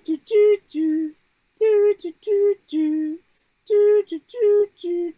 du, du, du. Du, du, du, du. Du, du, du, du,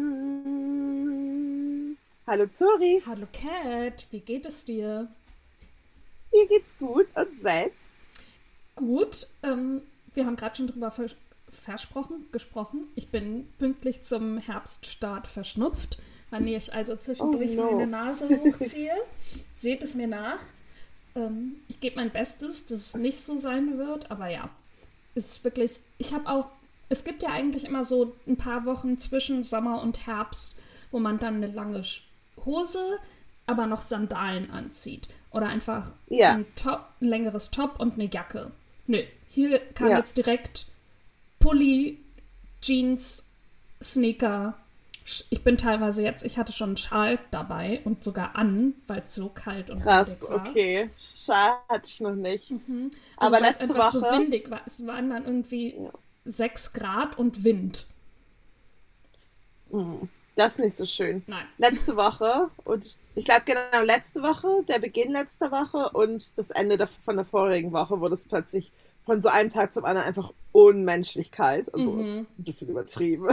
du. Hallo Zori, Hallo Cat, wie geht es dir? mir geht's gut und selbst? Gut, wir haben gerade schon drüber gesprochen. Ich bin pünktlich zum Herbststart verschnupft. Wenn ich also Oh zwischendurch meine no. Nase hochziehe, seht es mir nach. Ich gebe mein Bestes, dass es nicht so sein wird, aber ja, ist wirklich, es gibt ja eigentlich immer so ein paar Wochen zwischen Sommer und Herbst, wo man dann eine lange Hose, aber noch Sandalen anzieht. Oder einfach Ja, ein längeres Top und eine Jacke. Nö, hier kam ja. jetzt direkt Pulli, Jeans, Sneaker. Ich hatte schon einen Schal dabei und sogar an, weil es so kalt und windig Krass, war. okay. Schade hatte ich noch nicht. Also Aber weil es letzte einfach so Woche, windig war. Es waren dann irgendwie ja, 6 Grad und Wind. das ist nicht so schön. Nein. Letzte Woche und ich glaube genau letzte Woche, der Beginn letzter Woche und das Ende von der vorigen Woche wurde es plötzlich von so einem Tag zum anderen einfach unmenschlich kalt. Also ein bisschen übertrieben.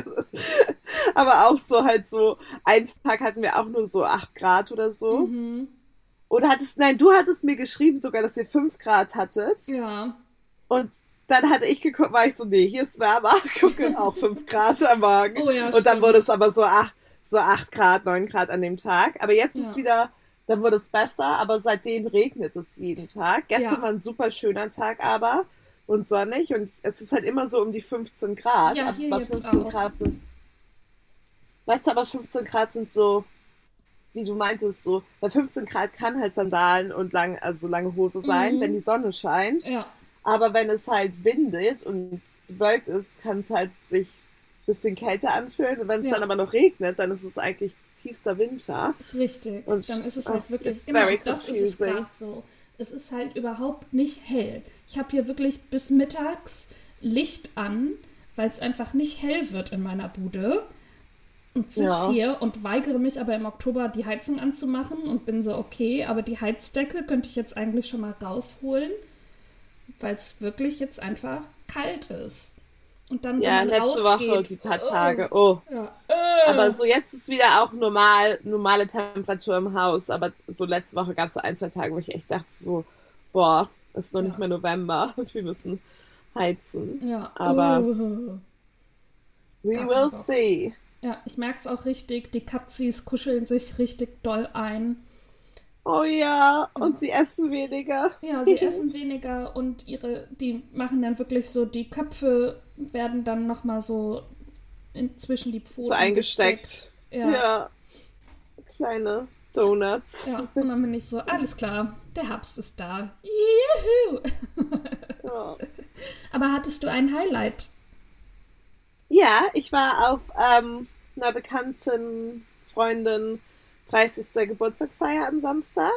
Aber auch so halt so, einen Tag hatten wir auch nur so 8 Grad oder so. Oder nein, du hattest mir geschrieben sogar, dass ihr 5 Grad hattet. Ja. Und dann hatte ich geguckt, war ich so, nee, hier ist wärmer. Gucke auch 5 Grad am Morgen. Oh ja, Und dann wurde es stimmt. aber so 8 Grad, 9 Grad an dem Tag. Aber jetzt ist Ja. wieder, dann wurde es besser, aber seitdem regnet es jeden Tag. Gestern Ja. war ein super schöner Tag aber und sonnig und es ist halt immer so um die 15 Grad. Ja, hier Aber jetzt 15 auch. Grad sind, weißt du, aber 15 Grad sind so, wie du meintest, so, bei 15 Grad kann halt Sandalen und also lange Hose sein, wenn die Sonne scheint. Ja, Aber wenn es halt windet und bewölkt ist, kann es halt sich ein bisschen kälter anfühlen. Und wenn es dann ja, aber noch regnet, dann ist es eigentlich tiefster Winter. richtig. Und Dann ist es oh, halt wirklich, it's genau, very das ist es confusing. gerade so. Es ist halt überhaupt nicht hell. Ich habe hier wirklich bis mittags Licht an, weil es einfach nicht hell wird in meiner Bude. Und sitze Ja. hier und weigere mich aber im Oktober die Heizung anzumachen und bin so, okay, aber die Heizdecke könnte ich jetzt eigentlich schon mal rausholen, weil es wirklich jetzt einfach kalt ist. Und dann, wenn Ja, man letzte Woche, rausgeht, die paar Tage. Oh. ja, Aber so jetzt ist wieder auch normale Temperatur im Haus. Aber so letzte Woche gab es so ein, zwei Tage, wo ich echt dachte so, boah, ist noch nicht ja, mehr November und wir müssen heizen. ja, Aber we gar will keinen Bock. see. Ja, ich merke es auch richtig, die Katzis kuscheln sich richtig doll ein. Oh ja, und Ja. sie essen weniger. Ja, sie essen weniger und die machen dann wirklich so, die Köpfe werden dann nochmal so zwischen die So Pfoten gesteckt. eingesteckt. Ja, Ja, kleine Donuts. ja. Und dann bin ich so, alles klar, der Herbst ist da. Juhu! Ja. Aber hattest du ein Highlight? Ja, ich war auf einer bekannten Freundin 30. Geburtstagsfeier am Samstag.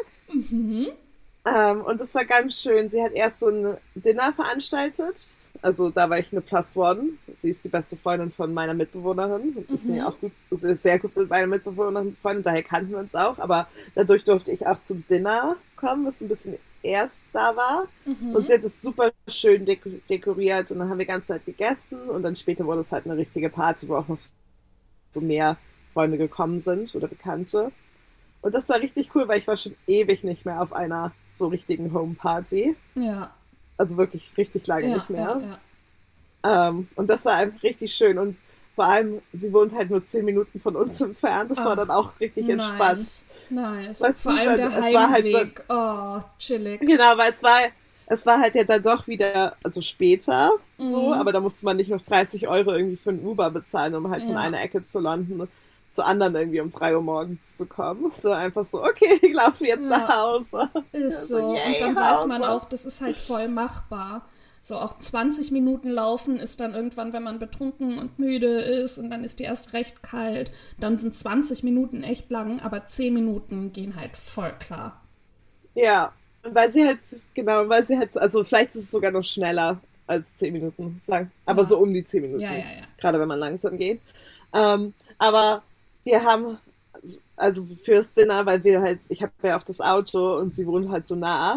Und das war ganz schön. Sie hat erst so ein Dinner veranstaltet. Also da war ich eine Plus One. Sie ist die beste Freundin von meiner Mitbewohnerin. Und ich bin ja auch gut, sehr gut mit meiner Mitbewohnerin befreundet, daher kannten wir uns auch. Aber dadurch durfte ich auch zum Dinner kommen, was ein bisschen erst da war. Und sie hat es super schön dekoriert und dann haben wir die ganze Zeit gegessen und dann später wurde es halt eine richtige Party, wo auch noch so mehr Freunde gekommen sind oder Bekannte. Und das war richtig cool, weil ich war schon ewig nicht mehr auf einer so richtigen Homeparty. Ja, Also wirklich richtig lange ja, nicht ja, mehr. ja. Und das war einfach richtig schön. Und vor allem, sie wohnt halt nur 10 Minuten von uns entfernt. Das war Ach, dann auch richtig entspannt. nice, nice. Weißt Vor du, allem der es war halt so, Heimweg. Oh, chillig. genau, weil es war halt ja dann doch wieder, also später so, aber da musste man nicht noch 30 € irgendwie für ein Uber bezahlen, um halt von Ja, einer Ecke zu London zur anderen irgendwie um 3 Uhr morgens zu kommen. So einfach so, okay, ich laufe jetzt nach ja. Hause. Ja, Ist so, so. Und yay, dann weiß man Hause. auch, das ist halt voll machbar. So auch 20 Minuten laufen ist dann irgendwann, wenn man betrunken und müde ist und dann ist die erst recht kalt. Dann sind 20 Minuten echt lang, aber 10 Minuten gehen halt voll klar. Ja, und weil sie halt, genau, weil sie halt, also vielleicht ist es sogar noch schneller als 10 Minuten, muss ich sagen. Aber so Ja, um die 10 ja, Minuten, ja, ja. gerade wenn man langsam geht. Aber wir haben, also fürs Dinner, weil wir halt, ich habe ja auch das Auto und sie wohnt halt so nah,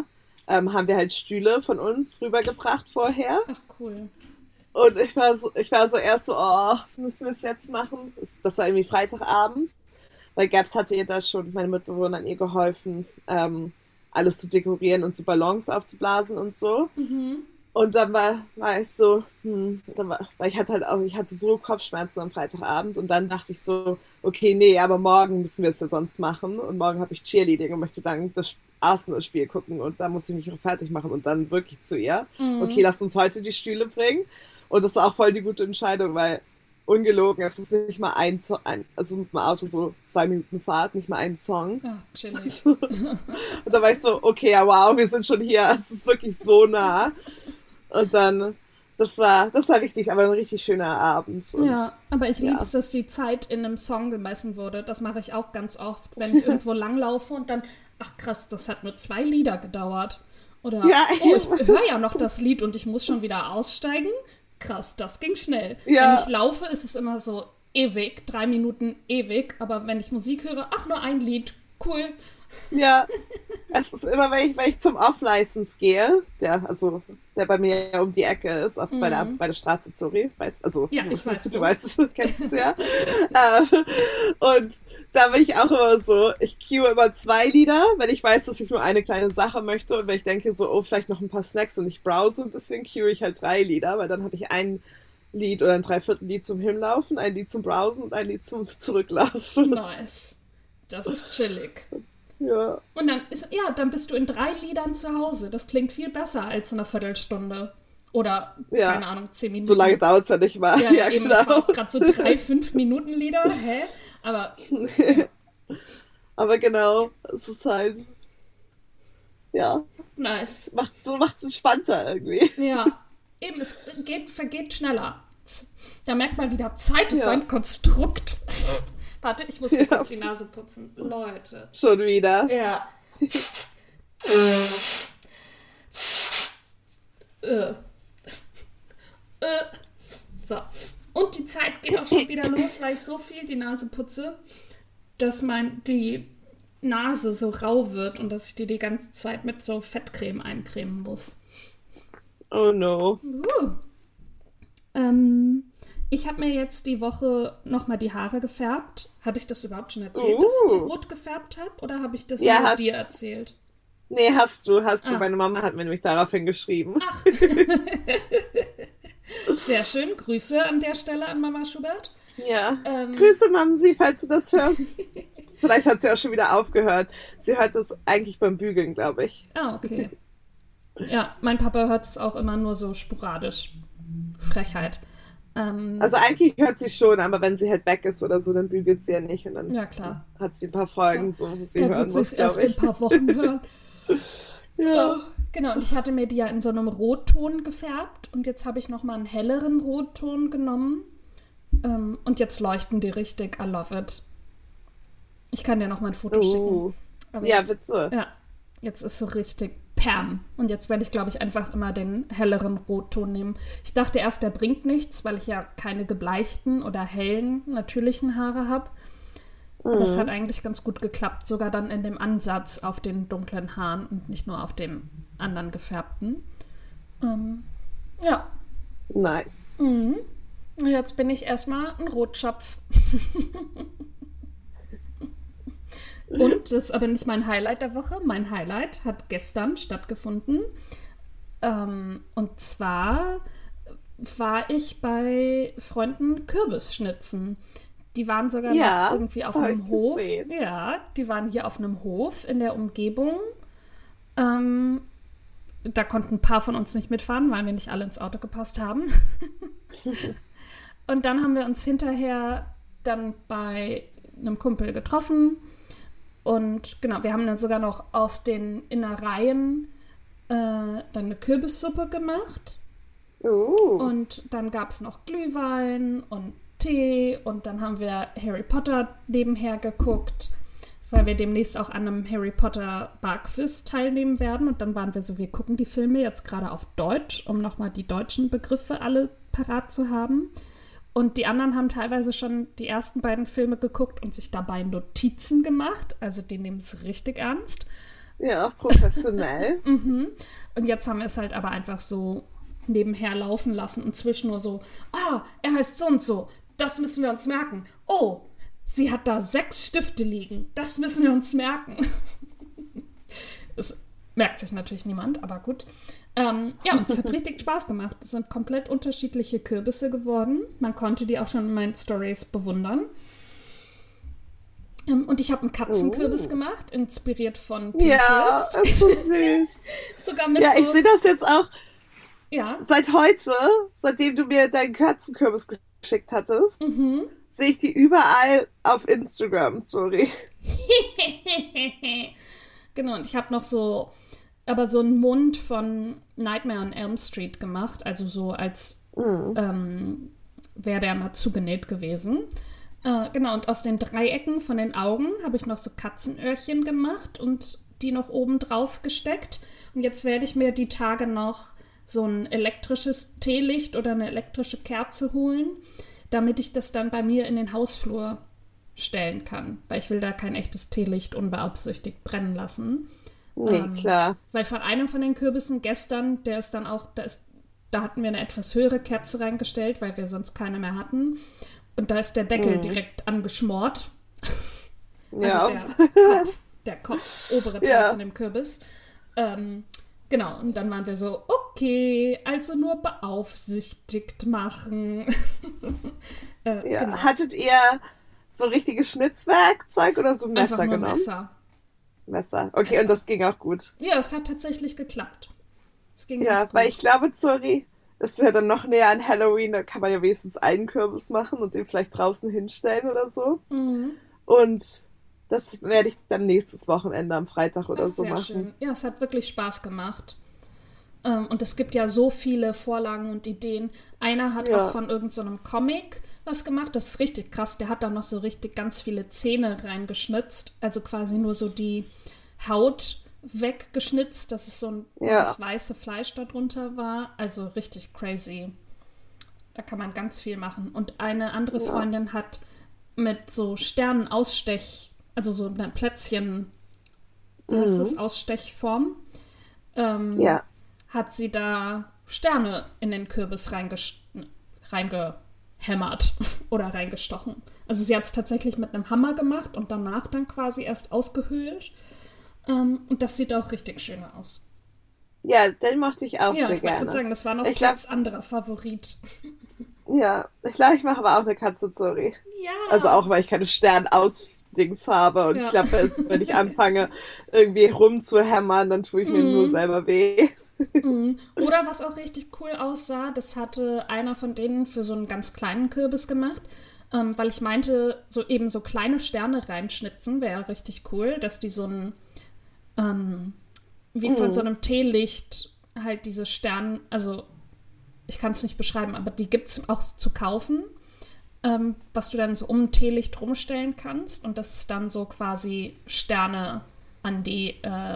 haben wir halt Stühle von uns rübergebracht vorher. Ach, cool. Und ich war so erst so, oh, müssen wir es jetzt machen? Das war irgendwie Freitagabend, weil Gabs hatte ihr da schon, meine Mitbewohnerin, ihr geholfen, alles zu dekorieren und so Ballons aufzublasen und so. Und dann war ich so, weil ich hatte so Kopfschmerzen am Freitagabend und dann dachte ich so, okay, nee, aber morgen müssen wir es ja sonst machen und morgen habe ich Cheerleading und möchte dann das Arsenal-Spiel gucken und da muss ich mich auch fertig machen und dann wirklich zu ihr. Okay, lass uns heute die Stühle bringen. Und das war auch voll die gute Entscheidung, weil ungelogen, es ist nicht mal also mit dem Auto so 2 Minuten Fahrt, nicht mal ein Song. Ach, chillig. Und da war ich so, okay, ja, wow, wir sind schon hier, es ist wirklich so nah. Und dann, das war richtig, aber ein richtig schöner Abend. Und, ja, aber ich liebe es, dass die Zeit in einem Song gemessen wurde. Das mache ich auch ganz oft, wenn ich irgendwo langlaufe und dann, ach krass, das hat nur 2 Lieder gedauert. Oder, ich höre ja noch das Lied und ich muss schon wieder aussteigen. Krass, das ging schnell. Ja. Wenn ich laufe, ist es immer so ewig, 3 Minuten ewig. Aber wenn ich Musik höre, ach, nur ein Lied, cool. Ja, es ist immer, wenn ich zum Off-License gehe, der bei mir um die Ecke ist, bei der Straße, sorry, ja, ich weiß, du weißt es, du kennst es ja. Und da bin ich auch immer so, ich cue immer 2 Lieder, wenn ich weiß, dass ich nur eine kleine Sache möchte und wenn ich denke so, oh, vielleicht noch ein paar Snacks und ich browse ein bisschen, cue ich halt 3 Lieder, weil dann habe ich ein Lied oder ein Dreiviertel-Lied zum Hinlaufen, ein Lied zum Browsen und ein Lied zum Zurücklaufen. Nice. Das ist chillig. Ja. Und dann bist du in 3 Liedern zu Hause. Das klingt viel besser als in einer Viertelstunde. Oder, keine Ahnung, 10 Minuten. So lange dauert es ja nicht mal. Ja, eben, genau. Ich war auch gerade so 3, 5 Minuten Lieder. Hä? Aber. Ja. Aber genau, es ist halt. Ja. Nice. Macht es entspannter irgendwie. Ja. Eben, es vergeht schneller. Da merkt man wieder, Zeit ist ein Konstrukt. Warte, ich muss mir kurz die Nase putzen. Leute. Schon wieder? Ja. So. Und die Zeit geht auch schon wieder los, weil ich so viel die Nase putze, dass die Nase so rau wird und dass ich die ganze Zeit mit so Fettcreme eincremen muss. Oh no. Ich habe mir jetzt die Woche nochmal die Haare gefärbt. Hatte ich das überhaupt schon erzählt, dass ich die rot gefärbt habe? Oder habe ich das nur dir erzählt? Nee, hast du. Meine Mama hat mir nämlich daraufhin geschrieben. Ach. Sehr schön. Grüße an der Stelle an Mama Schubert. Ja. Grüße, Mamsi, falls du das hörst. Vielleicht hat sie auch schon wieder aufgehört. Sie hört es eigentlich beim Bügeln, glaube ich. Ah, okay. Ja, mein Papa hört es auch immer nur so sporadisch. Frechheit. Also eigentlich hört sie schon, aber wenn sie halt weg ist oder so, dann bügelt sie ja nicht. Und dann hat sie ein paar Folgen, so wo sie hören muss, glaube ich. Erst in ein paar Wochen hören. Ja. Genau, und ich hatte mir die ja in so einem Rotton gefärbt und jetzt habe ich nochmal einen helleren Rotton genommen und jetzt leuchten die richtig. I love it. Ich kann dir noch mal ein Foto schicken. Aber ja, bitte. Ja, jetzt ist so richtig Pam. Und jetzt werde ich, glaube ich, einfach immer den helleren Rotton nehmen. Ich dachte erst, der bringt nichts, weil ich ja keine gebleichten oder hellen, natürlichen Haare habe. Aber es hat eigentlich ganz gut geklappt. Sogar dann in dem Ansatz auf den dunklen Haaren und nicht nur auf dem anderen gefärbten. Ja. Nice. Jetzt bin ich erstmal ein Rotschopf. Und das ist aber nicht mein Highlight der Woche. Mein Highlight hat gestern stattgefunden. Und zwar war ich bei Freunden Kürbisschnitzen. Die waren sogar noch irgendwie auf einem Hof. Gesehen. Ja, die waren hier auf einem Hof in der Umgebung. Da konnten ein paar von uns nicht mitfahren, weil wir nicht alle ins Auto gepasst haben. Und dann haben wir uns hinterher dann bei einem Kumpel getroffen. Und genau, wir haben dann sogar noch aus den Innereien dann eine Kürbissuppe gemacht. Und dann gab es noch Glühwein und Tee. Und dann haben wir Harry Potter nebenher geguckt, weil wir demnächst auch an einem Harry Potter Barquiz teilnehmen werden. Und dann waren wir so, wir gucken die Filme jetzt gerade auf Deutsch, um nochmal die deutschen Begriffe alle parat zu haben. Und die anderen haben teilweise schon die ersten beiden Filme geguckt und sich dabei Notizen gemacht. Also die nehmen es richtig ernst. Ja, auch professionell. Mhm. Und jetzt haben wir es halt aber einfach so nebenher laufen lassen und zwischen nur so, er heißt so und so, das müssen wir uns merken. Oh, sie hat da 6 Stifte liegen, das müssen wir uns merken. Das merkt sich natürlich niemand, aber gut. Ja, und es hat richtig Spaß gemacht. Es sind komplett unterschiedliche Kürbisse geworden. Man konnte die auch schon in meinen Stories bewundern. Und ich habe einen Katzenkürbis gemacht, inspiriert von Pinterest. Ja, das ist so süß. Sogar mit ich sehe das jetzt auch ja. seit heute, seitdem du mir deinen Katzenkürbis geschickt hattest, sehe ich die überall auf Instagram, sorry. Genau, und ich habe noch so einen Mund von Nightmare on Elm Street gemacht, also so als wäre der mal zugenäht gewesen. Genau, und aus den Dreiecken von den Augen habe ich noch so Katzenöhrchen gemacht und die noch oben drauf gesteckt. Und jetzt werde ich mir die Tage noch so ein elektrisches Teelicht oder eine elektrische Kerze holen, damit ich das dann bei mir in den Hausflur stellen kann. Weil ich will da kein echtes Teelicht unbeabsichtigt brennen lassen. Nee, klar. Weil von einem von den Kürbissen gestern, der ist dann auch, da hatten wir eine etwas höhere Kerze reingestellt, weil wir sonst keine mehr hatten. Und da ist der Deckel direkt angeschmort. Ja. Also der Kopf, obere Teil von dem Kürbis. Genau, und dann waren wir so, okay, also nur beaufsichtigt machen. Genau. Hattet ihr so richtiges Schnitzwerkzeug oder so ein Messer Einfach nur genommen? Messer. Okay, Messer. Und das ging auch gut. Ja, es hat tatsächlich geklappt. Es ging ganz gut. Weil ich glaube, sorry, das ist ja dann noch näher an Halloween, da kann man ja wenigstens einen Kürbis machen und den vielleicht draußen hinstellen oder so. Mhm. Und das werde ich dann nächstes Wochenende am Freitag oder so machen. Sehr schön. Ja, es hat wirklich Spaß gemacht. Und es gibt ja so viele Vorlagen und Ideen. Einer hat auch von irgendeinem Comic was gemacht. Das ist richtig krass. Der hat da noch so richtig ganz viele Zähne reingeschnitzt. Also quasi nur so die Haut weggeschnitzt, dass es so das weiße Fleisch darunter war. Also richtig crazy. Da kann man ganz viel machen. Und eine andere Freundin hat mit so Sternenausstech, also so eine Plätzchen, das ist Ausstechform, hat sie da Sterne in den Kürbis reingehämmert oder reingestochen. Also sie hat es tatsächlich mit einem Hammer gemacht und danach dann quasi erst ausgehöhlt. Und das sieht auch richtig schön aus. Ja, den mochte ich auch sehr gerne. Ja, ich wollte gerade sagen, das war noch ein ganz anderer Favorit. Ja, ich glaube, ich mache aber auch eine Katze, sorry. Ja. Also auch, weil ich keine Sternausdings habe. Und ich glaube, wenn ich anfange, irgendwie rumzuhämmern, dann tue ich mir nur selber weh. Oder was auch richtig cool aussah, das hatte einer von denen für so einen ganz kleinen Kürbis gemacht, weil ich meinte, so eben so kleine Sterne reinschnitzen wäre richtig cool, dass die so ein wie von so einem Teelicht halt diese Sterne, also ich kann es nicht beschreiben, aber die gibt es auch zu kaufen, was du dann so um ein Teelicht rumstellen kannst und das ist dann so quasi Sterne an die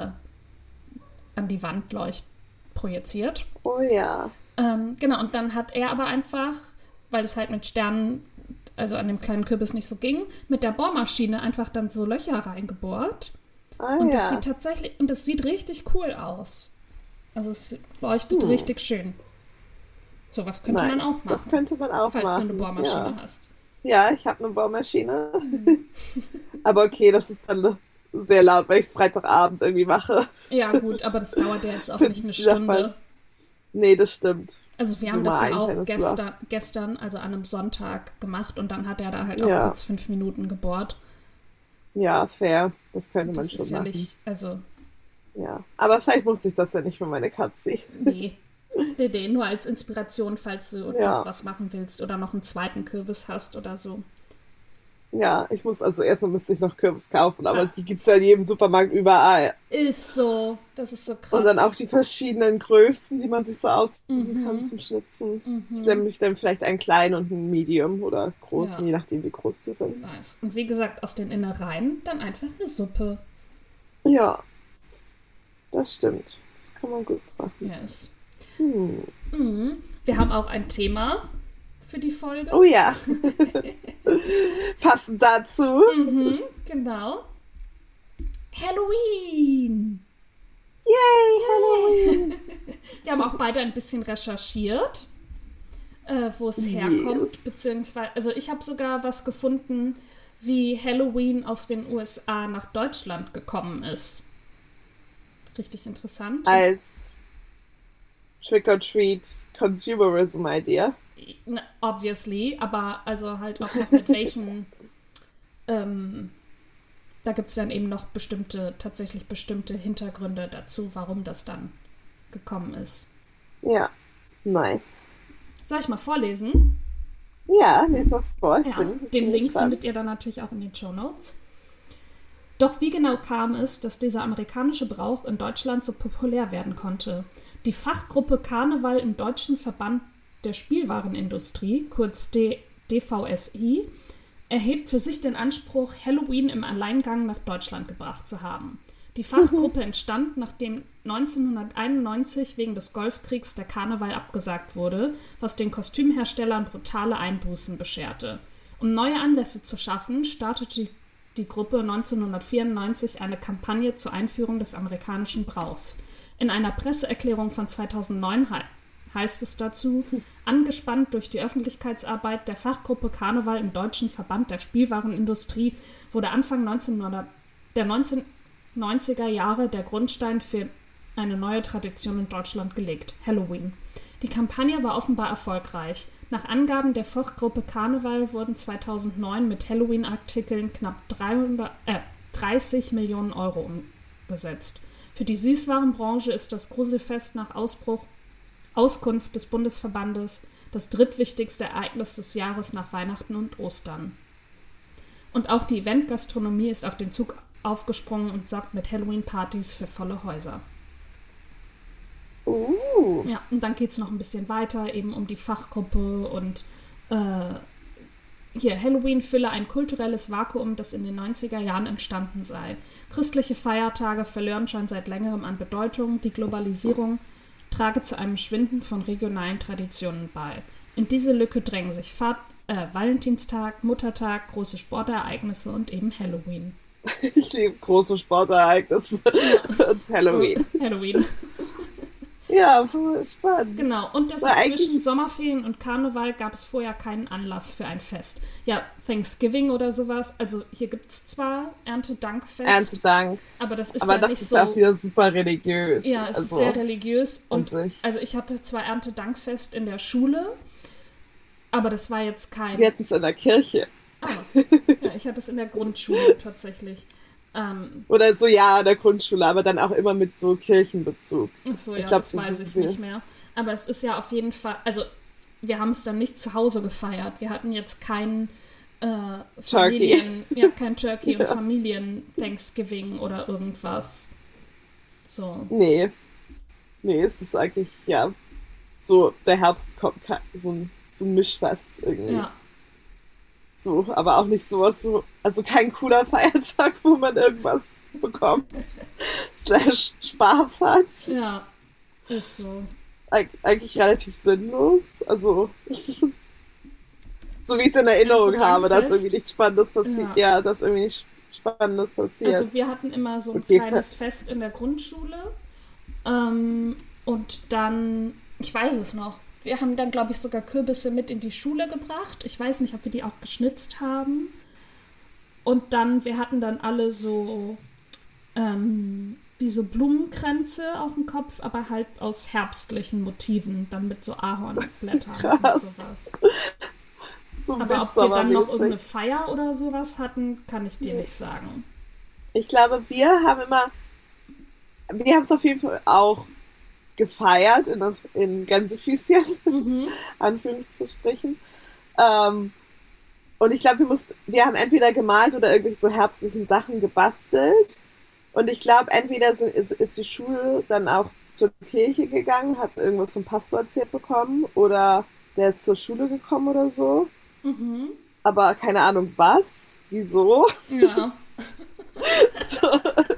Wand projiziert. Oh ja. Genau, und dann hat er aber einfach, weil es halt mit Sternen, also an dem kleinen Kürbis nicht so ging, mit der Bohrmaschine einfach dann so Löcher reingebohrt. Und das sieht tatsächlich, und das sieht richtig cool aus. Also es leuchtet richtig schön. Sowas könnte man auch machen. Das könnte man auch falls du eine Bohrmaschine hast. Ja, ich habe eine Bohrmaschine. Aber okay, das ist dann sehr laut, weil ich es Freitagabend irgendwie mache. Ja gut, aber das dauert ja jetzt auch nicht eine Stunde. Nee, das stimmt. Also wir haben das ja auch gestern, also an einem Sonntag gemacht und dann hat er da halt auch kurz 5 Minuten gebohrt. Ja, fair. Das könnte man schon machen. Das ist ja nicht, also... Ja, aber vielleicht muss ich das ja nicht für meine Katze. Nee, nur als Inspiration, falls du noch was machen willst oder noch einen zweiten Kürbis hast oder so. Ja, erstmal müsste ich noch Kürbis kaufen, aber die gibt es ja in jedem Supermarkt überall. Ist so, das ist so krass. Und dann auch die verschiedenen Größen, die man sich so aussuchen kann zum Schnitzen. Ich nehme dann vielleicht einen kleinen und einen Medium oder großen, je nachdem wie groß die sind. Nice. Und wie gesagt, aus den Innereien dann einfach eine Suppe. Ja, das stimmt. Das kann man gut machen. Yes. Wir haben auch ein Thema für die Folge. Oh ja. Passend dazu. Genau. Halloween. Halloween! Wir haben auch beide ein bisschen recherchiert, wo es herkommt, Yes. beziehungsweise, also ich habe sogar was gefunden, wie Halloween aus den USA nach Deutschland gekommen ist. Richtig interessant. Als Trick-or-Treat Consumerism Idea. Obviously, aber also halt auch noch mit welchen, da gibt es dann eben noch tatsächlich bestimmte Hintergründe dazu, warum das dann gekommen ist. Ja, nice. Soll ich mal vorlesen? Ja, lies mal vor. Ja, den Link findet ihr dann natürlich auch in den Shownotes. Doch wie genau kam es, dass dieser amerikanische Brauch in Deutschland so populär werden konnte? Die Fachgruppe Karneval im Deutschen Verband der Spielwarenindustrie, kurz DVSI, erhebt für sich den Anspruch, Halloween im Alleingang nach Deutschland gebracht zu haben. Die Fachgruppe entstand, nachdem 1991 wegen des Golfkriegs der Karneval abgesagt wurde, was den Kostümherstellern brutale Einbußen bescherte. Um neue Anlässe zu schaffen, startete die Gruppe 1994 eine Kampagne zur Einführung des amerikanischen Brauchs. In einer Presseerklärung von 2009 heißt es dazu, angespannt durch die Öffentlichkeitsarbeit der Fachgruppe Karneval im Deutschen Verband der Spielwarenindustrie wurde Anfang der 1990er Jahre der Grundstein für eine neue Tradition in Deutschland gelegt, Halloween. Die Kampagne war offenbar erfolgreich. Nach Angaben der Fachgruppe Karneval wurden 2009 mit Halloween-Artikeln knapp 30 Millionen Euro umgesetzt. Für die Süßwarenbranche ist das Gruselfest nach Auskunft des Bundesverbandes das drittwichtigste Ereignis des Jahres nach Weihnachten und Ostern. Und auch die Eventgastronomie ist auf den Zug aufgesprungen und sorgt mit Halloween-Partys für volle Häuser. Ja, und dann geht es noch ein bisschen weiter, eben um die Fachgruppe und hier, Halloween fülle ein kulturelles Vakuum, das in den 90er Jahren entstanden sei. Christliche Feiertage verlören schon seit längerem an Bedeutung, die Globalisierung trage zu einem Schwinden von regionalen Traditionen bei. In diese Lücke drängen sich Valentinstag, Muttertag, große Sportereignisse und eben Halloween. Ich liebe große Sportereignisse und Halloween. Halloween. Ja, voll spannend. Genau, und das ist zwischen Sommerferien und Karneval gab es vorher keinen Anlass für ein Fest. Ja, Thanksgiving oder sowas, also hier gibt es zwar Erntedankfest. Erntedank. Aber das ist aber ja das nicht ist so... auch wieder super religiös. Ja, es ist sehr religiös. Und sich. also ich hatte zwar Erntedankfest in der Schule, aber das war jetzt kein... Wir hatten es in der Kirche. Ja, ich hatte es in der Grundschule tatsächlich. Oder so, ja, in der Grundschule, aber dann auch immer mit so Kirchenbezug. Ach so, ja, ich glaub, das weiß ich nicht mehr. Aber es ist ja auf jeden Fall, also wir haben es dann nicht zu Hause gefeiert. Wir hatten jetzt kein Familien, kein Turkey und Familien-Thanksgiving oder irgendwas. So. Nee, es ist eigentlich, ja, so der Herbst kommt, so ein Mischfest irgendwie. Ja. So, aber auch nicht sowas, also kein cooler Feiertag, wo man irgendwas bekommt, / Spaß hat. Ja, ist so. Eigentlich relativ sinnlos, also so wie ich es in Erinnerung habe, dass irgendwie nichts Spannendes passiert. Ja, dass irgendwie nichts Spannendes passiert. Also wir hatten immer so ein kleines Fest in der Grundschule und dann, ich weiß es noch, wir haben dann, glaube ich, sogar Kürbisse mit in die Schule gebracht. Ich weiß nicht, ob wir die auch geschnitzt haben. Und dann, wir hatten dann alle so wie so Blumenkränze auf dem Kopf, aber halt aus herbstlichen Motiven, dann mit so Ahornblättern und sowas. So aber ob wir dann noch irgendeine Feier oder sowas hatten, kann ich dir nicht sagen. Ich glaube, wir haben es auf jeden Fall auch gefeiert in Gänsefüßchen, Anführungsstrichen. Und ich glaube, wir haben entweder gemalt oder irgendwelche so herbstlichen Sachen gebastelt. Und ich glaube, entweder ist die Schule dann auch zur Kirche gegangen, hat irgendwas vom Pastor erzählt bekommen, oder der ist zur Schule gekommen oder so. Mhm. Aber keine Ahnung was, wieso. Ja. So.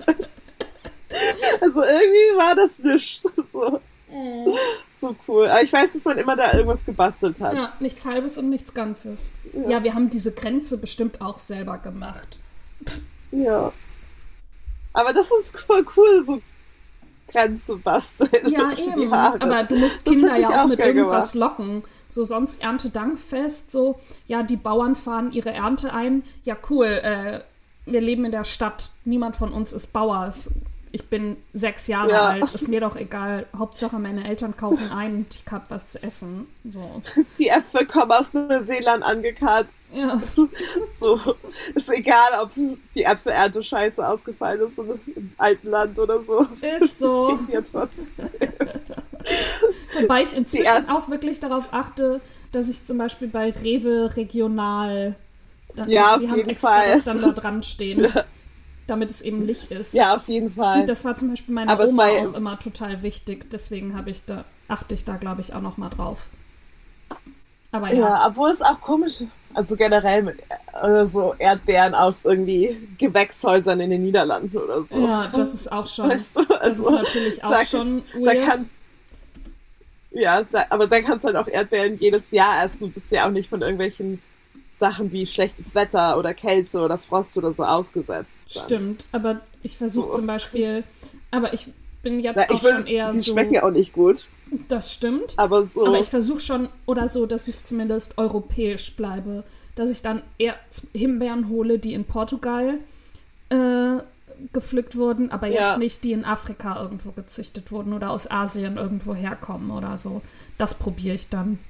Also irgendwie war das nichts. So cool. Aber ich weiß, dass man immer da irgendwas gebastelt hat. Ja, nichts Halbes und nichts Ganzes. Ja, wir haben diese Grenze bestimmt auch selber gemacht. Ja. Aber das ist voll cool. So Grenze basteln. Ja, eben. Aber du musst Kinder ja auch mit irgendwas locken. So sonst Erntedankfest, so, ja, die Bauern fahren ihre Ernte ein. Ja, cool, wir leben in der Stadt. Niemand von uns ist Bauer. Ich bin 6 Jahre alt, ist mir doch egal. Hauptsache, meine Eltern kaufen ein und ich habe was zu essen. So. Die Äpfel kommen aus Neuseeland angekarrt. Ja. So, ist egal, ob die Äpfelernte scheiße ausgefallen ist im alten Land oder so. Ist so. Das geht ja trotzdem. Wobei ich inzwischen auch wirklich darauf achte, dass ich zum Beispiel bei Rewe regional, die haben extra das dann da dran stehen. Ja. Damit es eben nicht ist. Ja, auf jeden Fall. Und das war zum Beispiel meiner Oma auch immer total wichtig. Deswegen achte ich da, glaube ich, auch noch mal drauf. Aber ja. Ja, obwohl es auch komisch, also generell mit so Erdbeeren aus irgendwie Gewächshäusern in den Niederlanden oder so. Ja, das ist auch schon, weißt du? das ist natürlich auch schon weird. Aber da kannst du halt auch Erdbeeren jedes Jahr essen. Du bist ja auch nicht von irgendwelchen Sachen wie schlechtes Wetter oder Kälte oder Frost oder so ausgesetzt. Dann. Stimmt, aber ich versuche zum Beispiel, aber ich bin jetzt schon eher die schmecken ja auch nicht gut. Das stimmt. Aber ich versuche schon, oder so, dass ich zumindest europäisch bleibe. Dass ich dann eher Himbeeren hole, die in Portugal gepflückt wurden, aber jetzt nicht, die in Afrika irgendwo gezüchtet wurden oder aus Asien irgendwo herkommen oder so. Das probiere ich dann.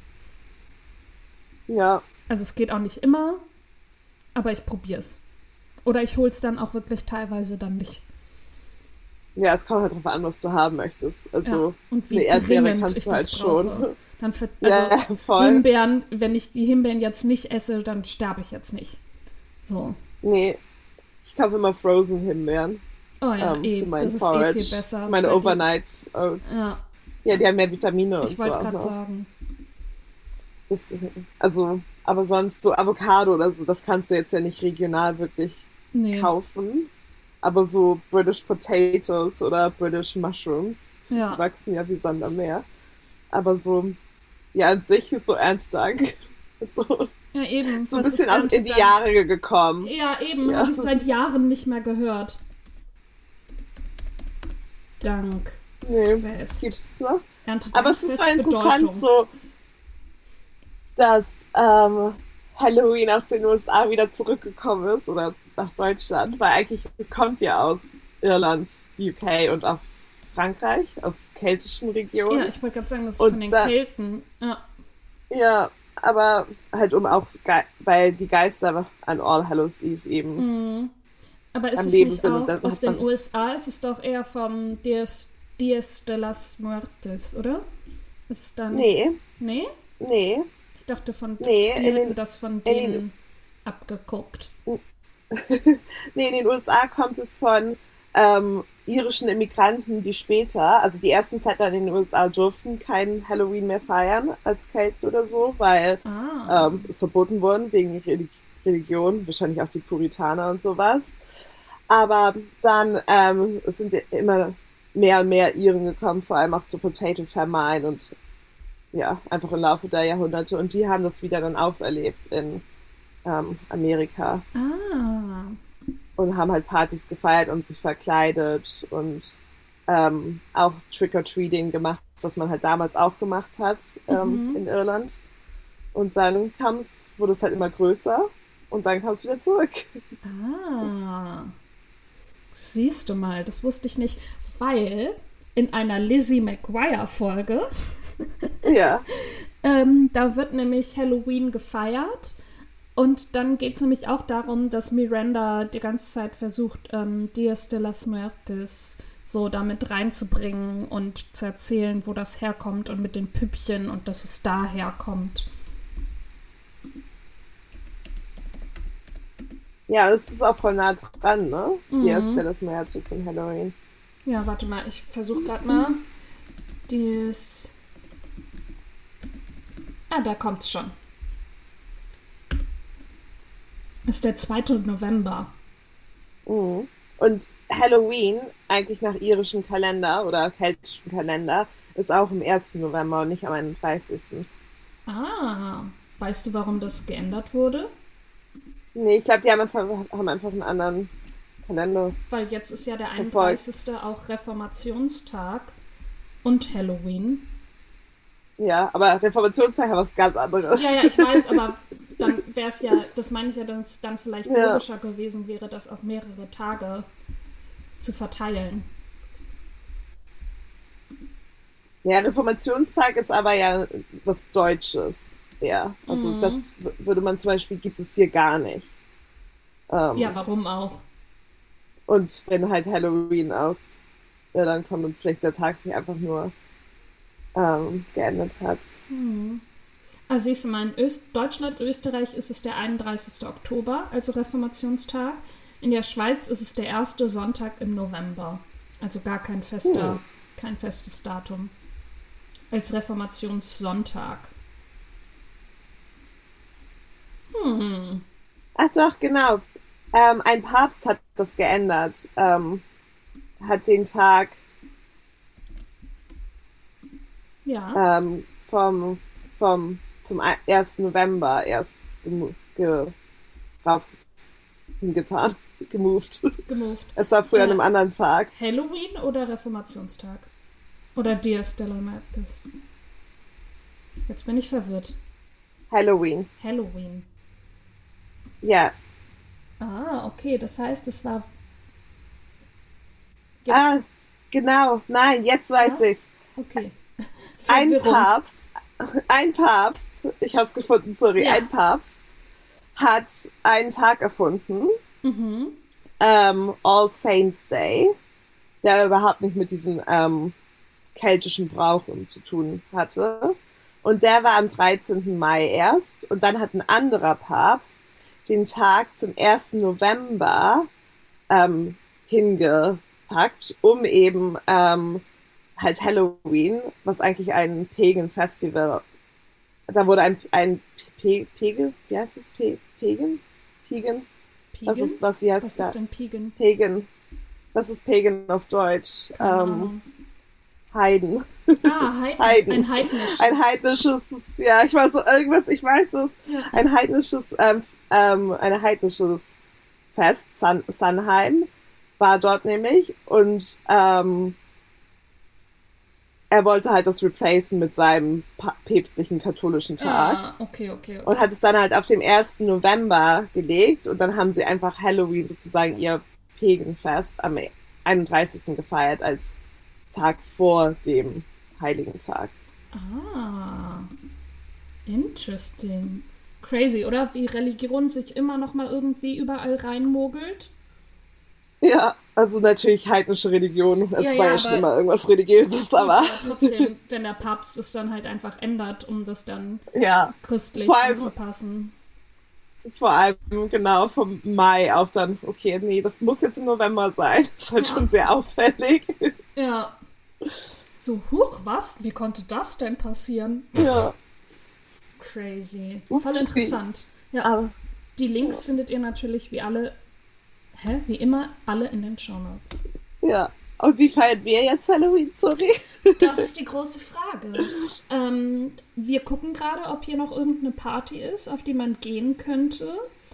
Ja. Also es geht auch nicht immer, aber ich probiere es. Oder ich hole es dann auch wirklich teilweise dann nicht. Ja, es kommt halt drauf an, was du haben möchtest. Also und wie eine Erdbeere kannst du halt schon. Dann voll. Himbeeren, wenn ich die Himbeeren jetzt nicht esse, dann sterbe ich jetzt nicht. So. Nee, ich kaufe immer Frozen Himbeeren. Oh ja, das ist Porridge, viel besser. Meine Overnight Oats. Ja, die haben mehr Vitamine und so. Ich wollte gerade sagen. Aber sonst so Avocado oder so, das kannst du jetzt ja nicht regional wirklich kaufen. Aber so British Potatoes oder British Mushrooms, die wachsen ja wie Sand am Meer. Aber so, ja, an sich ist so Erntedank. So, ja, eben. So ein bisschen auch in die Jahre gekommen. Ja, eben. Habe ich seit Jahren nicht mehr gehört. Dank. Nee, gibt's noch. Aber es ist mal interessant Bedeutung. So, dass Halloween aus den USA wieder zurückgekommen ist oder nach Deutschland, weil eigentlich kommt ja aus Irland, UK und auch Frankreich, aus keltischen Regionen. Ja, ich wollte gerade sagen, das ist von den Kelten. Ja, aber halt weil die Geister an All Hallows Eve eben aber ist es nicht auch aus den USA? Ist es doch eher vom Dies de las Muertes, oder? Ist es dann? Nee. Nee? Nee. Ich dachte die hätten das von denen abgeguckt. Nee, in den USA kommt es von irischen Immigranten, die später, also die ersten Zeit in den USA durften kein Halloween mehr feiern als Kelten oder so, weil es verboten wurde wegen Religion, wahrscheinlich auch die Puritaner und sowas. Aber dann es sind immer mehr und mehr Iren gekommen, vor allem auch zur Potato Famine und ja, einfach im Laufe der Jahrhunderte. Und die haben das wieder dann auferlebt in Amerika. Und haben halt Partys gefeiert und sich verkleidet und auch Trick-or-Treating gemacht, was man halt damals auch gemacht hat in Irland. Und dann wurde es halt immer größer und dann kam es wieder zurück. Siehst du mal, das wusste ich nicht, weil in einer Lizzie McGuire-Folge da wird nämlich Halloween gefeiert. Und dann geht es nämlich auch darum, dass Miranda die ganze Zeit versucht, Dias de las Muertes so damit reinzubringen und zu erzählen, wo das herkommt und mit den Püppchen und dass es daher kommt. Ja, es ist auch voll nah dran, ne? Dias de las Muertes und Halloween. Ja, warte mal, ich versuche gerade mal. Da kommt's schon. Ist der 2. November. Und Halloween, eigentlich nach irischem Kalender oder keltischem Kalender, ist auch am 1. November und nicht am 31. Weißt du, warum das geändert wurde? Nee, ich glaube, die haben einfach einen anderen Kalender. Weil jetzt ist ja der verfolgt. 31. auch Reformationstag und Halloween. Ja, aber Reformationstag war was ganz anderes. Ja, ich weiß, aber dann wäre es ja, das meine ich ja, dass es dann vielleicht Ja. logischer gewesen wäre, das auf mehrere Tage zu verteilen. Ja, Reformationstag ist aber ja was Deutsches. Ja, also das würde man zum Beispiel, gibt es hier gar nicht. Ja, warum auch? Und wenn halt Halloween aus Irland kommt und vielleicht der Tag sich einfach nur geändert hat. Also siehst du mal, in Deutschland, Österreich ist es der 31. Oktober, also Reformationstag. In der Schweiz ist es der erste Sonntag im November. Also gar kein festes Datum. Als Reformationssonntag. Ach doch, genau. Ein Papst hat das geändert. Hat den Tag Ja. zum 1. November erst drauf hingetan, gemoved. Gemoved. Es war früher an einem anderen Tag. Halloween oder Reformationstag? Oder Dias de los Muertos? Jetzt bin ich verwirrt. Halloween. Halloween. Ja. Ah, okay. Das heißt, es war... Jetzt, Ah, genau. Nein, jetzt weiß was? ich's. Okay. Ein Verwirrung. Papst, ich hab's gefunden, sorry, Ja. ein Papst hat einen Tag erfunden, Mhm. All Saints Day, der überhaupt nicht mit diesen keltischen Brauchen zu tun hatte. Und der war am 13. Mai erst. Und dann hat ein anderer Papst den Tag zum 1. November hingepackt, um eben halt Halloween, was eigentlich ein Pagan-Festival, da wurde ein Pagan, wie heißt es? Pagan? Pagan? Pagan? Wie heißt Was das? ist denn Pagan? Pagan. Was ist Pagan auf Deutsch? Keine Ahnung. Heiden. Ah, Heiden. Ein heidnisches. Ein heidnisches, ja, ich weiß so irgendwas, ich weiß es. Ja. Ein heidnisches Fest, Sanheim, war dort nämlich und er wollte halt das replacen mit seinem päpstlichen katholischen Tag. Ah, okay. Und hat es dann halt auf dem 1. November gelegt und dann haben sie einfach Halloween sozusagen ihr Paganfest am 31. gefeiert als Tag vor dem Heiligen Tag. Ah, interesting. Crazy, oder? Wie Religion sich immer noch mal irgendwie überall reinmogelt. Ja, also natürlich heidnische Religion. Es Ja, war ja, ja schon aber- immer irgendwas Religiöses, Gut, aber trotzdem, wenn der Papst es dann halt einfach ändert, um das dann ja, christlich Vor allem- anzupassen. vor allem genau vom Mai auf dann, okay, nee, das muss jetzt im November sein. Das ist halt Ja. schon sehr auffällig. Ja. So, huch, was? Wie konnte das denn passieren? Ja, Crazy. Upsi. Voll interessant. Ja, aber die Links findet ihr natürlich wie immer, alle in den Shownotes. ja. Und wie feiern wir jetzt Halloween, sorry? Das ist die große Frage. Wir gucken gerade, ob hier noch irgendeine Party ist, auf die man gehen könnte.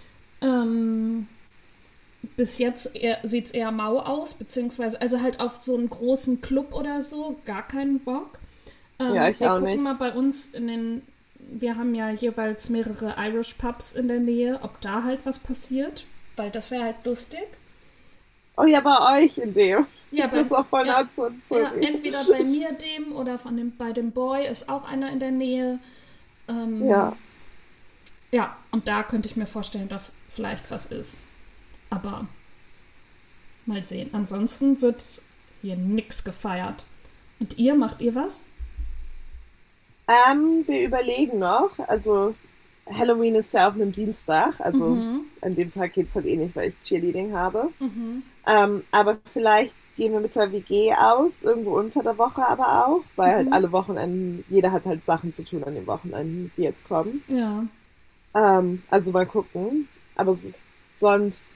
Bis jetzt sieht es eher mau aus, beziehungsweise also halt auf so einen großen Club oder so, gar keinen Bock. Ja, ich wir auch gucken nicht. mal bei uns wir haben ja jeweils mehrere Irish Pubs in der Nähe, ob da halt was passiert, weil das wäre halt lustig. Oh ja, bei euch in dem. Ja, Das ist auch voll ja, nah zu uns. ja, Sorry. entweder bei mir dem oder bei dem Boy ist auch einer in der Nähe. Ja. Ja, und da könnte ich mir vorstellen, dass vielleicht was ist. Aber mal sehen. Ansonsten wird hier nix gefeiert. Und macht ihr was? Wir überlegen noch, also Halloween ist ja auf einem Dienstag, also an dem Tag geht's halt eh nicht, weil ich Cheerleading habe. Aber vielleicht gehen wir mit der WG aus, irgendwo unter der Woche aber auch, weil halt alle Wochenenden, jeder hat halt Sachen zu tun an den Wochenenden, die jetzt kommen. Ja. Also mal gucken. Aber sonst,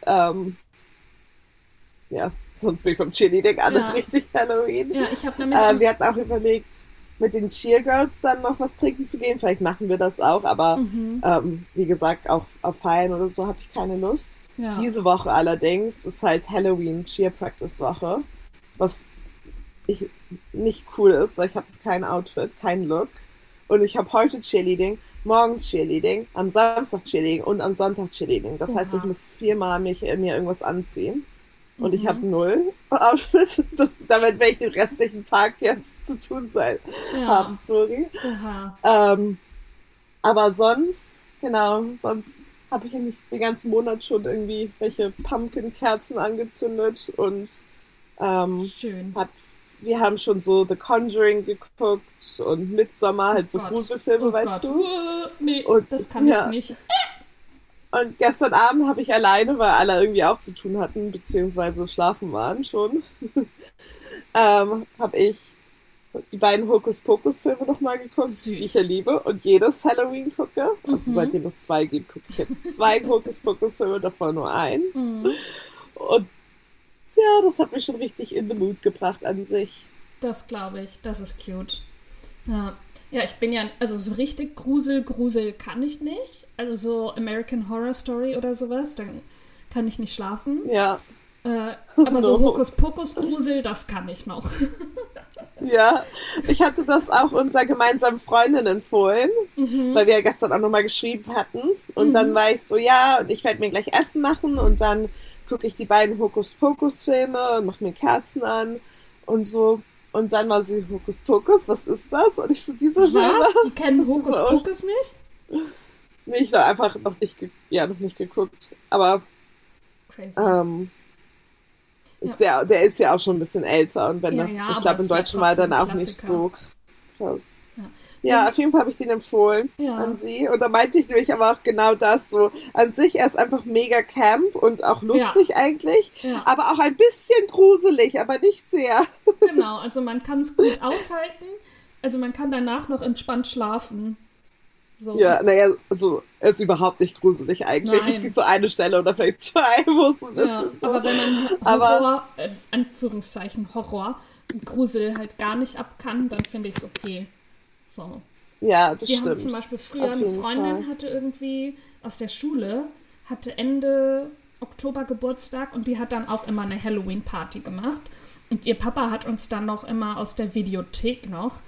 sonst bin ich beim Cheerleading an Ja. richtig Halloween. Ja, ich habe nämlich Wir hatten auch überlegt, mit den Cheergirls dann noch was trinken zu gehen. Vielleicht machen wir das auch, aber wie gesagt, auch auf Feiern oder so habe ich keine Lust. Ja. Diese Woche allerdings ist halt Halloween Cheer Practice Woche, was ich nicht cool ist, weil ich habe kein Outfit, kein Look. Und ich habe heute Cheerleading, morgen Cheerleading, am Samstag Cheerleading und am Sonntag Cheerleading. Das heißt, ich Oha. muss 4-mal mir irgendwas anziehen. Und ich Mhm. habe 0 Outfit. Damit werde ich den restlichen Tag jetzt zu tun sein Ja. haben, sorry. Oha. Aber sonst habe ich ja nicht den ganzen Monat schon irgendwie welche Pumpkin-Kerzen angezündet und Schön. wir haben schon so The Conjuring geguckt und Midsommar, halt so Gott. Gruselfilme, Oh weißt Gott. du. Nee, Und- das kann ja. ich nicht. Und gestern Abend habe ich alleine, weil alle irgendwie auch zu tun hatten, beziehungsweise schlafen waren schon, habe ich die beiden Hokus-Pokus-Filme nochmal geguckt, Süß. die ich ja liebe und jedes Halloween gucke. Also Mhm. seitdem es 2 gibt, gucke ich jetzt 2 Hokus-Pokus-Filme, davon nur einen. Mhm. Und ja, das hat mich schon richtig in the mood gebracht an sich. Das glaube ich. Das ist cute. Ja. Ja, ich bin ja, also so richtig Grusel kann ich nicht. Also so American Horror Story oder sowas, dann kann ich nicht schlafen. Ja, Aber so No. Hokuspokus-Grusel, das kann ich noch. ja. Ich hatte das auch unserer gemeinsamen Freundin empfohlen, weil wir ja gestern auch nochmal geschrieben hatten. Und dann war ich so, ja, und ich werde mir gleich Essen machen und dann gucke ich die beiden Hokus-Pokus-Filme und mache mir Kerzen an und so. Und dann war sie, Hokus-Pokus, was ist das? Und ich so, diese Filme. Was? Die kennen Das ist so- Hokuspokus nicht? Nee, ich war einfach noch nicht geguckt. Aber Crazy. der ist ja auch schon ein bisschen älter. Und wenn Ja, er, ja, ich aber glaube, ist im ja Deutschen war er dann trotzdem auch nicht Klassiker. so krass. Ja. Ja, auf jeden Fall habe ich den empfohlen Ja. an sie. Und da meinte ich nämlich aber auch genau das so. An sich, er ist einfach mega camp und auch lustig eigentlich. Ja. Aber auch ein bisschen gruselig, aber nicht sehr. Genau, also man kann es gut aushalten. Also man kann danach noch entspannt schlafen. So. Ja, naja, also, er ist überhaupt nicht gruselig eigentlich. Nein. Es gibt so eine Stelle oder vielleicht 2, wo es ein bisschen Ja, so. aber wenn man Horror, Anführungszeichen Horror, Grusel halt gar nicht ab kann, dann finde ich es okay. So. Ja, das Wir stimmt. haben zum Beispiel früher Auf eine jeden Freundin, Fall. hatte irgendwie aus der Schule, hatte Ende Oktober Geburtstag und die hat dann auch immer eine Halloween-Party gemacht. Und ihr Papa hat uns dann noch immer aus der Videothek noch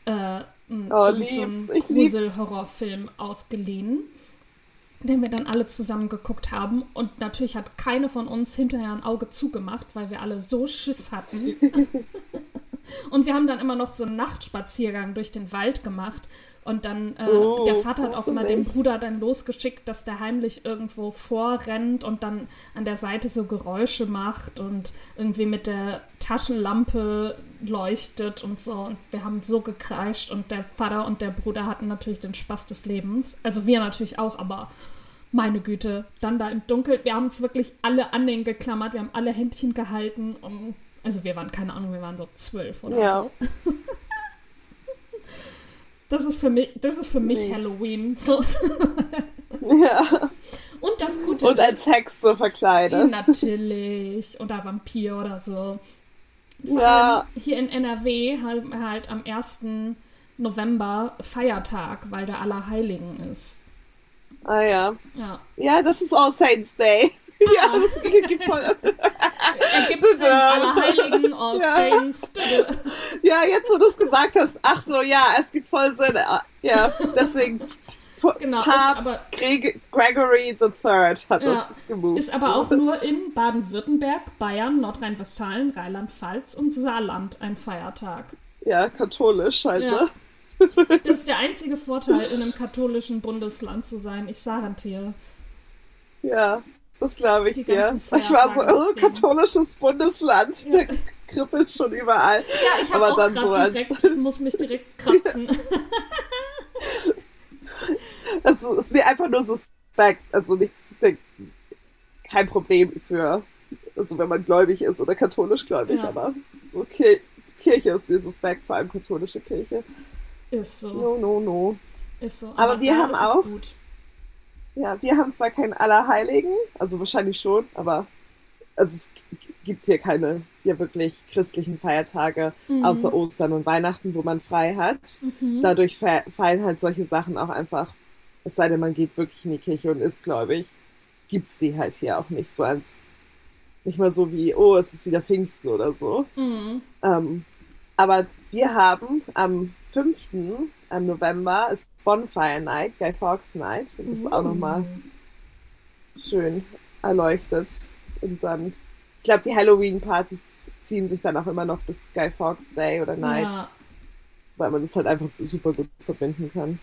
so lieb's. einen Ich lieb- Grusel-Horrorfilm ausgeliehen, den wir dann alle zusammen geguckt haben. Und natürlich hat keine von uns hinterher ein Auge zugemacht, weil wir alle so Schiss hatten. Und wir haben dann immer noch so einen Nachtspaziergang durch den Wald gemacht. Und dann, der Vater hat auch immer den Bruder dann losgeschickt, dass der heimlich irgendwo vorrennt und dann an der Seite so Geräusche macht und irgendwie mit der Taschenlampe leuchtet und so. Und wir haben so gekreischt und der Vater und der Bruder hatten natürlich den Spaß des Lebens. Also wir natürlich auch, aber meine Güte, dann da im Dunkeln. Wir haben uns wirklich alle an den geklammert, wir haben alle Händchen gehalten und also wir waren, keine Ahnung, wir waren so 12 oder Ja. so. Das ist für mich Nice. Halloween. So. Ja. Und das Gute Und als ist, Hex so verkleidet. natürlich, oder Vampir oder so. Vor Ja. allem hier in NRW halt am 1. November Feiertag, weil der Allerheiligen ist. Ah ja. Ja. Ja, das ist All Saints Day. Ja, das gibt voll. Ergibt Sinn, Allerheiligen, All Ja. Saints. Ja, jetzt wo du es gesagt hast. Ach so, ja, es gibt voll Sinn. Ja, deswegen. Genau, ist Papst aber- Gregory III hat Ja, das gemoved. Ist aber auch nur in Baden-Württemberg, Bayern, Nordrhein-Westfalen, Rheinland-Pfalz und Saarland ein Feiertag. Ja, katholisch halt, Ja. ne? Das ist der einzige Vorteil, in einem katholischen Bundesland zu sein. Ich sage dir. Ja, das glaube ich Die dir. ganzen Ich war so, Feiertage oh, katholisches Bundesland. Ja. Der kribbelt schon überall. Ja, ich habe Aber auch dann gerade so ein- direkt, ich muss mich direkt kratzen. Also, es wäre einfach nur suspekt. Also, nichts, kein Problem für, also, wenn man gläubig ist oder katholisch gläubig, Ja. aber so Kirche ist mir suspekt, vor allem katholische Kirche. Ist so, No. ist so. Aber wir da haben ist es auch- gut. Ja, wir haben zwar keinen Allerheiligen, also wahrscheinlich schon, aber also es gibt hier keine wirklich christlichen Feiertage, außer Ostern und Weihnachten, wo man frei hat. Dadurch fallen halt solche Sachen auch einfach, es sei denn, man geht wirklich in die Kirche und ist gläubig, gibt's die halt hier auch nicht so als, nicht mal so wie, oh, es ist wieder Pfingsten oder so. Mhm. Aber wir haben am 5. November ist Bonfire Night, Guy Fawkes Night. Das ist auch nochmal schön erleuchtet. Und dann, ich glaube, die Halloween-Partys ziehen sich dann auch immer noch bis Guy Fawkes Day oder Night, Ja, weil man das halt einfach so super gut verbinden kann.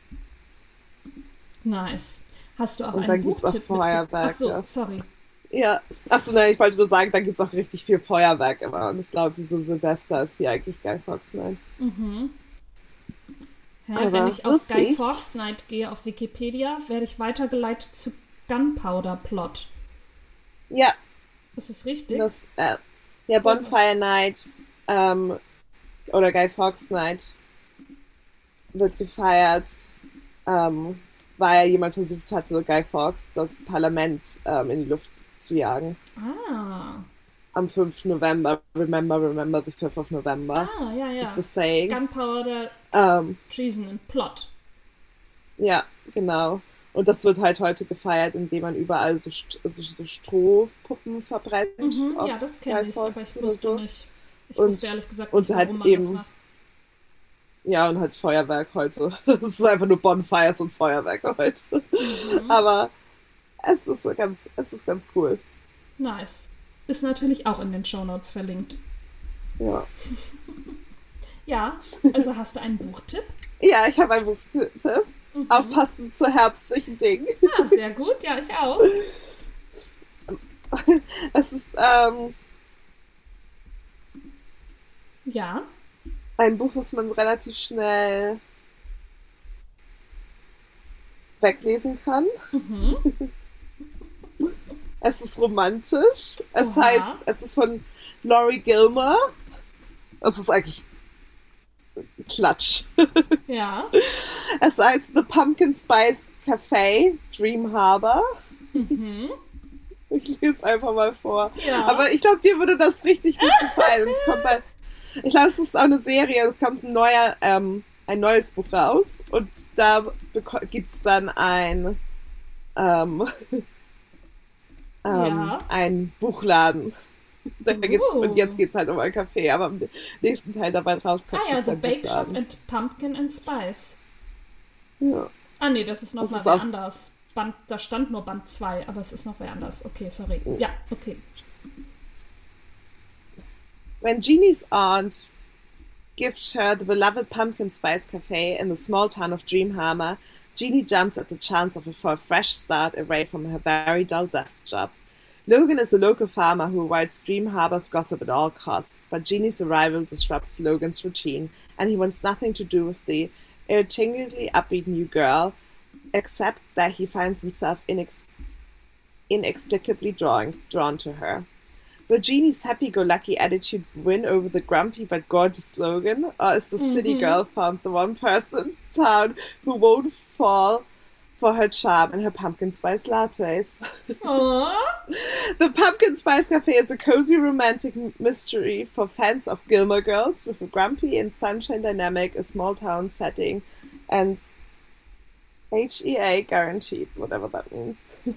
nice. Hast du auch Und einen dann gibt's auch Buchtipp Feuerwerk. Achso, sorry. Ja, achso, nein, ich wollte nur sagen, da gibt's auch richtig viel Feuerwerk immer. Und ich glaube, wie so Silvester ist hier eigentlich Guy Fawkes Night. Mhm. Hä, Aber wenn ich auf Guy lustig. Fawkes Night gehe auf Wikipedia, werde ich weitergeleitet zu Gunpowder Plot. Ja, Ist es richtig? das, ja, Bonfire Night oder Guy Fawkes Night wird gefeiert, weil jemand versucht hatte, Guy Fawkes das Parlament in die Luft zu jagen. Ah. Am 5. November. Remember the 5th of November. Ah, ja, Ist ja. das Saying. Gunpowder, Ähm, Treason and Plot. ja, genau. Und das wird halt heute gefeiert, indem man überall so Strohpuppen verbrennt Mhm, auf ja, das kenne Guy ich, aber Fawkes ich oder wusste so. nicht. Ich Und, wusste ehrlich gesagt und nicht, halt warum man das eben, macht. ja, und halt Feuerwerk heute. Es ist einfach nur Bonfires und Feuerwerk heute. Mhm. Aber es ist ganz cool. Nice. Ist natürlich auch in den Shownotes verlinkt. Ja. Ja, also hast du einen Buchtipp? Ja, ich habe ein Buchtipp. Auch Mhm. passend zu herbstlichen Dingen. Ah, sehr gut. Ja, ich auch. Es ist Ja. ein Buch, was man relativ schnell weglesen kann. Mhm. Es ist romantisch. Es Oha. heißt, es ist von Laurie Gilmer. Es ist eigentlich Klatsch. Ja. Es heißt The Pumpkin Spice Cafe, Dream Harbor. Mhm. Ich lese einfach mal vor. Ja. Aber ich glaube, dir würde das richtig gut gefallen. Und es kommt bei, ich glaube, es ist auch eine Serie. Es kommt ein neues Buch raus. Und da gibt's dann Ja. ein Buchladen. Und jetzt Oh. geht's halt um ein Café, aber im nächsten Teil dabei rauskommt, Ah ja, gibt's The ein Bake Shop Buchladen. and Pumpkin and Spice. Ja. Ah nee, das ist Das nochmal ist wer auch, anders. Da stand nur Band 2, aber es ist noch wer anders. Okay, sorry. Ja, okay. when Jeannie's aunt gives her the beloved Pumpkin Spice Cafe in the small town of Dreamhammer, Jeannie jumps at the chance for a fresh start away from her very dull desk job. Logan is a local farmer who avoids Dream Harbor's gossip at all costs, but Jeannie's arrival disrupts Logan's routine, and he wants nothing to do with the irritatingly upbeat new girl, except that he finds himself inexplicably drawn to her. Will Jeannie's happy-go-lucky attitude win over the grumpy but gorgeous Logan, or is the city girl found the one person in town who won't fall for her charm and her pumpkin spice lattes? Oh. The Pumpkin Spice Cafe is a cozy romantic mystery for fans of Gilmore Girls with a grumpy and sunshine dynamic, a small town setting, and HEA guaranteed, whatever that means.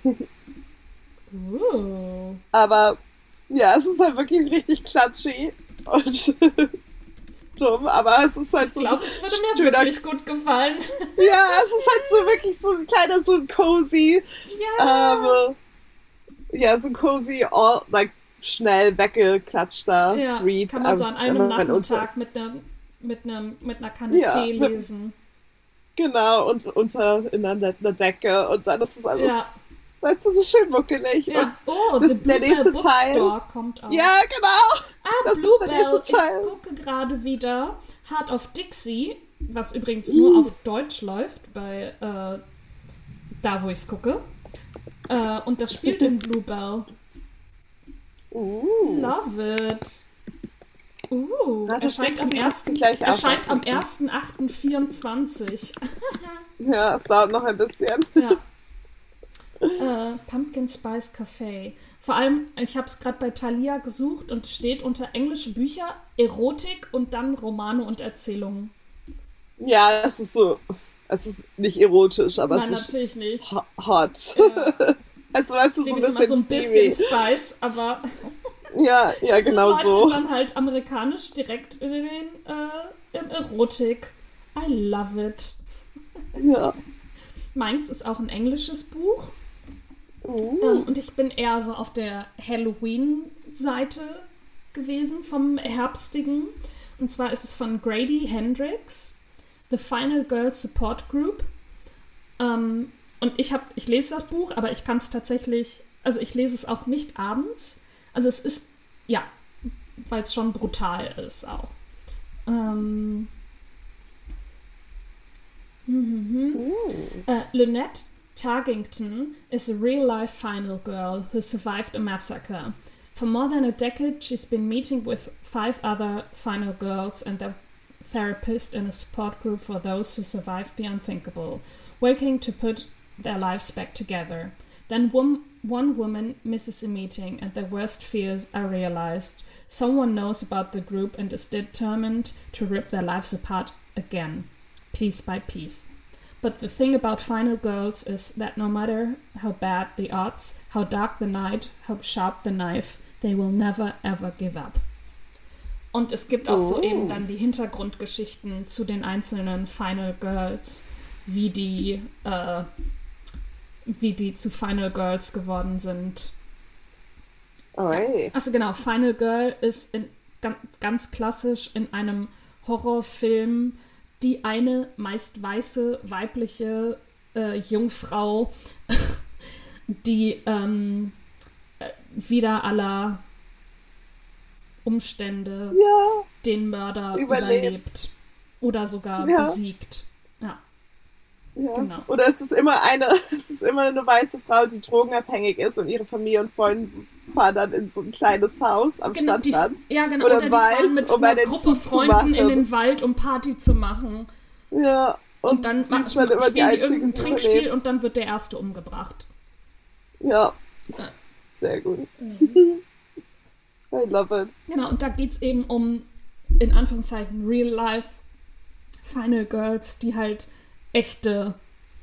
Aber ja, es ist halt wirklich richtig klatschig und dumm, aber es ist halt Ich so glaube, es würde mir schöner, wirklich gut gefallen. ja, es ist halt so wirklich so ein kleiner, so ein cozy, Ja. ja, so ein cozy, like, schnell weggeklatschter Ja, Read. kann man so an einem wenn man Nachmittag mit einer Kanne Ja, Tee lesen. genau, und in einer Decke und dann ist es alles, Ja. weißt du, so schön muckelig. Ja. Und Oh, das, The der nächste Bluebell Teil, Bookstore kommt auch. ja, genau, Ah, das ist der Bluebell. nächste Ich Teil. gucke gerade wieder Heart of Dixie, was übrigens nur auf Deutsch läuft, bei da, wo ich es gucke. Und das spielt in Bluebell. Love it. Also Erscheint am Dixie musst du 1. gleich auch Erscheint am angucken. 1.8.24. Ja, es dauert noch ein bisschen. Ja. Pumpkin Spice Cafe. Vor allem, ich habe es gerade bei Thalia gesucht und steht unter englische Bücher, Erotik und dann Romane und Erzählungen. Ja, es ist nicht erotisch, aber Nein, es ist natürlich nicht. hot. Ja. Also weißt du, so Liebe ein ich immer so ein bisschen bisschen Spice, aber Ja, genau Leute so. dann halt amerikanisch direkt in in Erotik. I love it. Ja. Meins ist auch ein englisches Buch. Und ich bin eher so auf der Halloween-Seite gewesen, vom Herbstigen. Und zwar ist es von Grady Hendrix, The Final Girl Support Group. Und ich lese das Buch, aber ich kann es tatsächlich, also ich lese es auch nicht abends. Also es ist, ja, weil es schon brutal ist auch. Lynette Tarkington is a real-life final girl who survived a massacre. For more than a decade, she's been meeting with 5 other final girls and their therapist in a support group for those who survived the unthinkable, working to put their lives back together. Then one woman misses a meeting and their worst fears are realized. Someone knows about the group and is determined to rip their lives apart again, piece by piece. But the thing about Final Girls is that no matter how bad the odds, how dark the night, how sharp the knife, they will never ever give up. Und es gibt auch so eben dann die Hintergrundgeschichten zu den einzelnen Final Girls, wie die zu Final Girls geworden sind. Oh, hey. Also genau, Final Girl ist ganz klassisch in einem Horrorfilm die eine meist weiße, weibliche Jungfrau, die wieder aller Umstände den Mörder überlebt oder sogar besiegt. Ja. Genau. Oder es ist immer eine weiße Frau, die drogenabhängig ist und ihre Familie und Freunde fahren dann in so ein kleines Haus am Stadtrand. Genau. Oder die fahren mit einer Gruppe Freunden in den Wald, um Party zu machen. Ja. Und dann spielen die irgendein Trinkspiel und dann wird der Erste umgebracht. Ja. Sehr gut. I love it. Genau, und da geht es eben um, in Anführungszeichen, Real-Life Final Girls, die halt echte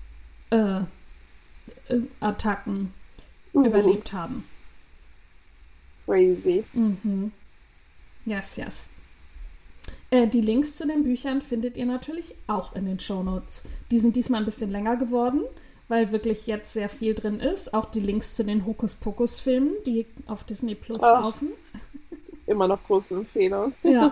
Attacken überlebt haben. Crazy. Yes. Die Links zu den Büchern findet ihr natürlich auch in den Shownotes. Die sind diesmal ein bisschen länger geworden, weil wirklich jetzt sehr viel drin ist. Auch die Links zu den Hokuspokus-Filmen, die auf Disney Plus laufen. Immer noch große Empfehlung. Ja.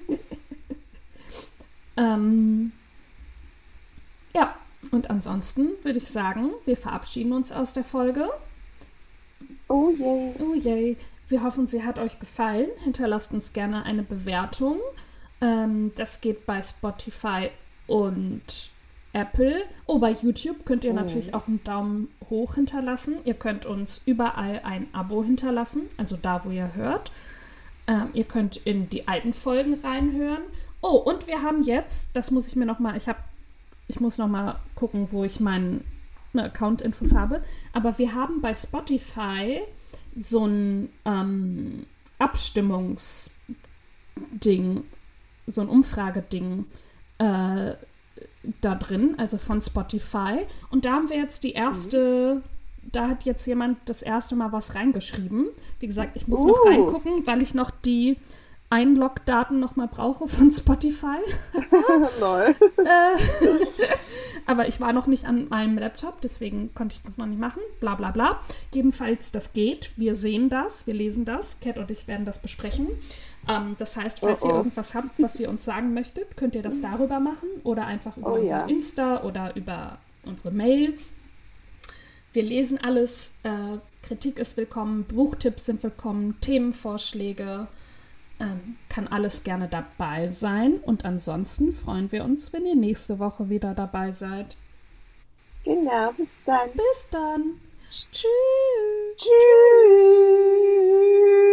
Ja, und ansonsten würde ich sagen, wir verabschieden uns aus der Folge. Oh yay. Oh yay. Wir hoffen, sie hat euch gefallen. Hinterlasst uns gerne eine Bewertung. Das geht bei Spotify und Apple. Oh, bei YouTube könnt ihr natürlich auch einen Daumen hoch hinterlassen. Ihr könnt uns überall ein Abo hinterlassen, also da, wo ihr hört. Ihr könnt in die alten Folgen reinhören. Oh, und wir haben jetzt, das muss ich mir nochmal, ich muss nochmal gucken, wo ich meine Account-Infos habe, aber wir haben bei Spotify so ein Abstimmungsding, so ein Umfrageding da drin, also von Spotify. Und da haben wir jetzt die erste, da hat jetzt jemand das erste Mal was reingeschrieben. Wie gesagt, ich muss noch reingucken, weil ich noch die Einlogdaten nochmal brauche von Spotify. Lol. Aber ich war noch nicht an meinem Laptop, deswegen konnte ich das noch nicht machen. Bla bla bla. Jedenfalls, das geht. Wir sehen das, wir lesen das. Kat und ich werden das besprechen. Das heißt, falls ihr irgendwas habt, was ihr uns sagen möchtet, könnt ihr das darüber machen oder einfach über unser Insta oder über unsere Mail. Wir lesen alles. Kritik ist willkommen, Buchtipps sind willkommen, Themenvorschläge. Kann alles gerne dabei sein. Und ansonsten freuen wir uns, wenn ihr nächste Woche wieder dabei seid. Genau, bis dann. Bis dann. Tschüss. Tschüss.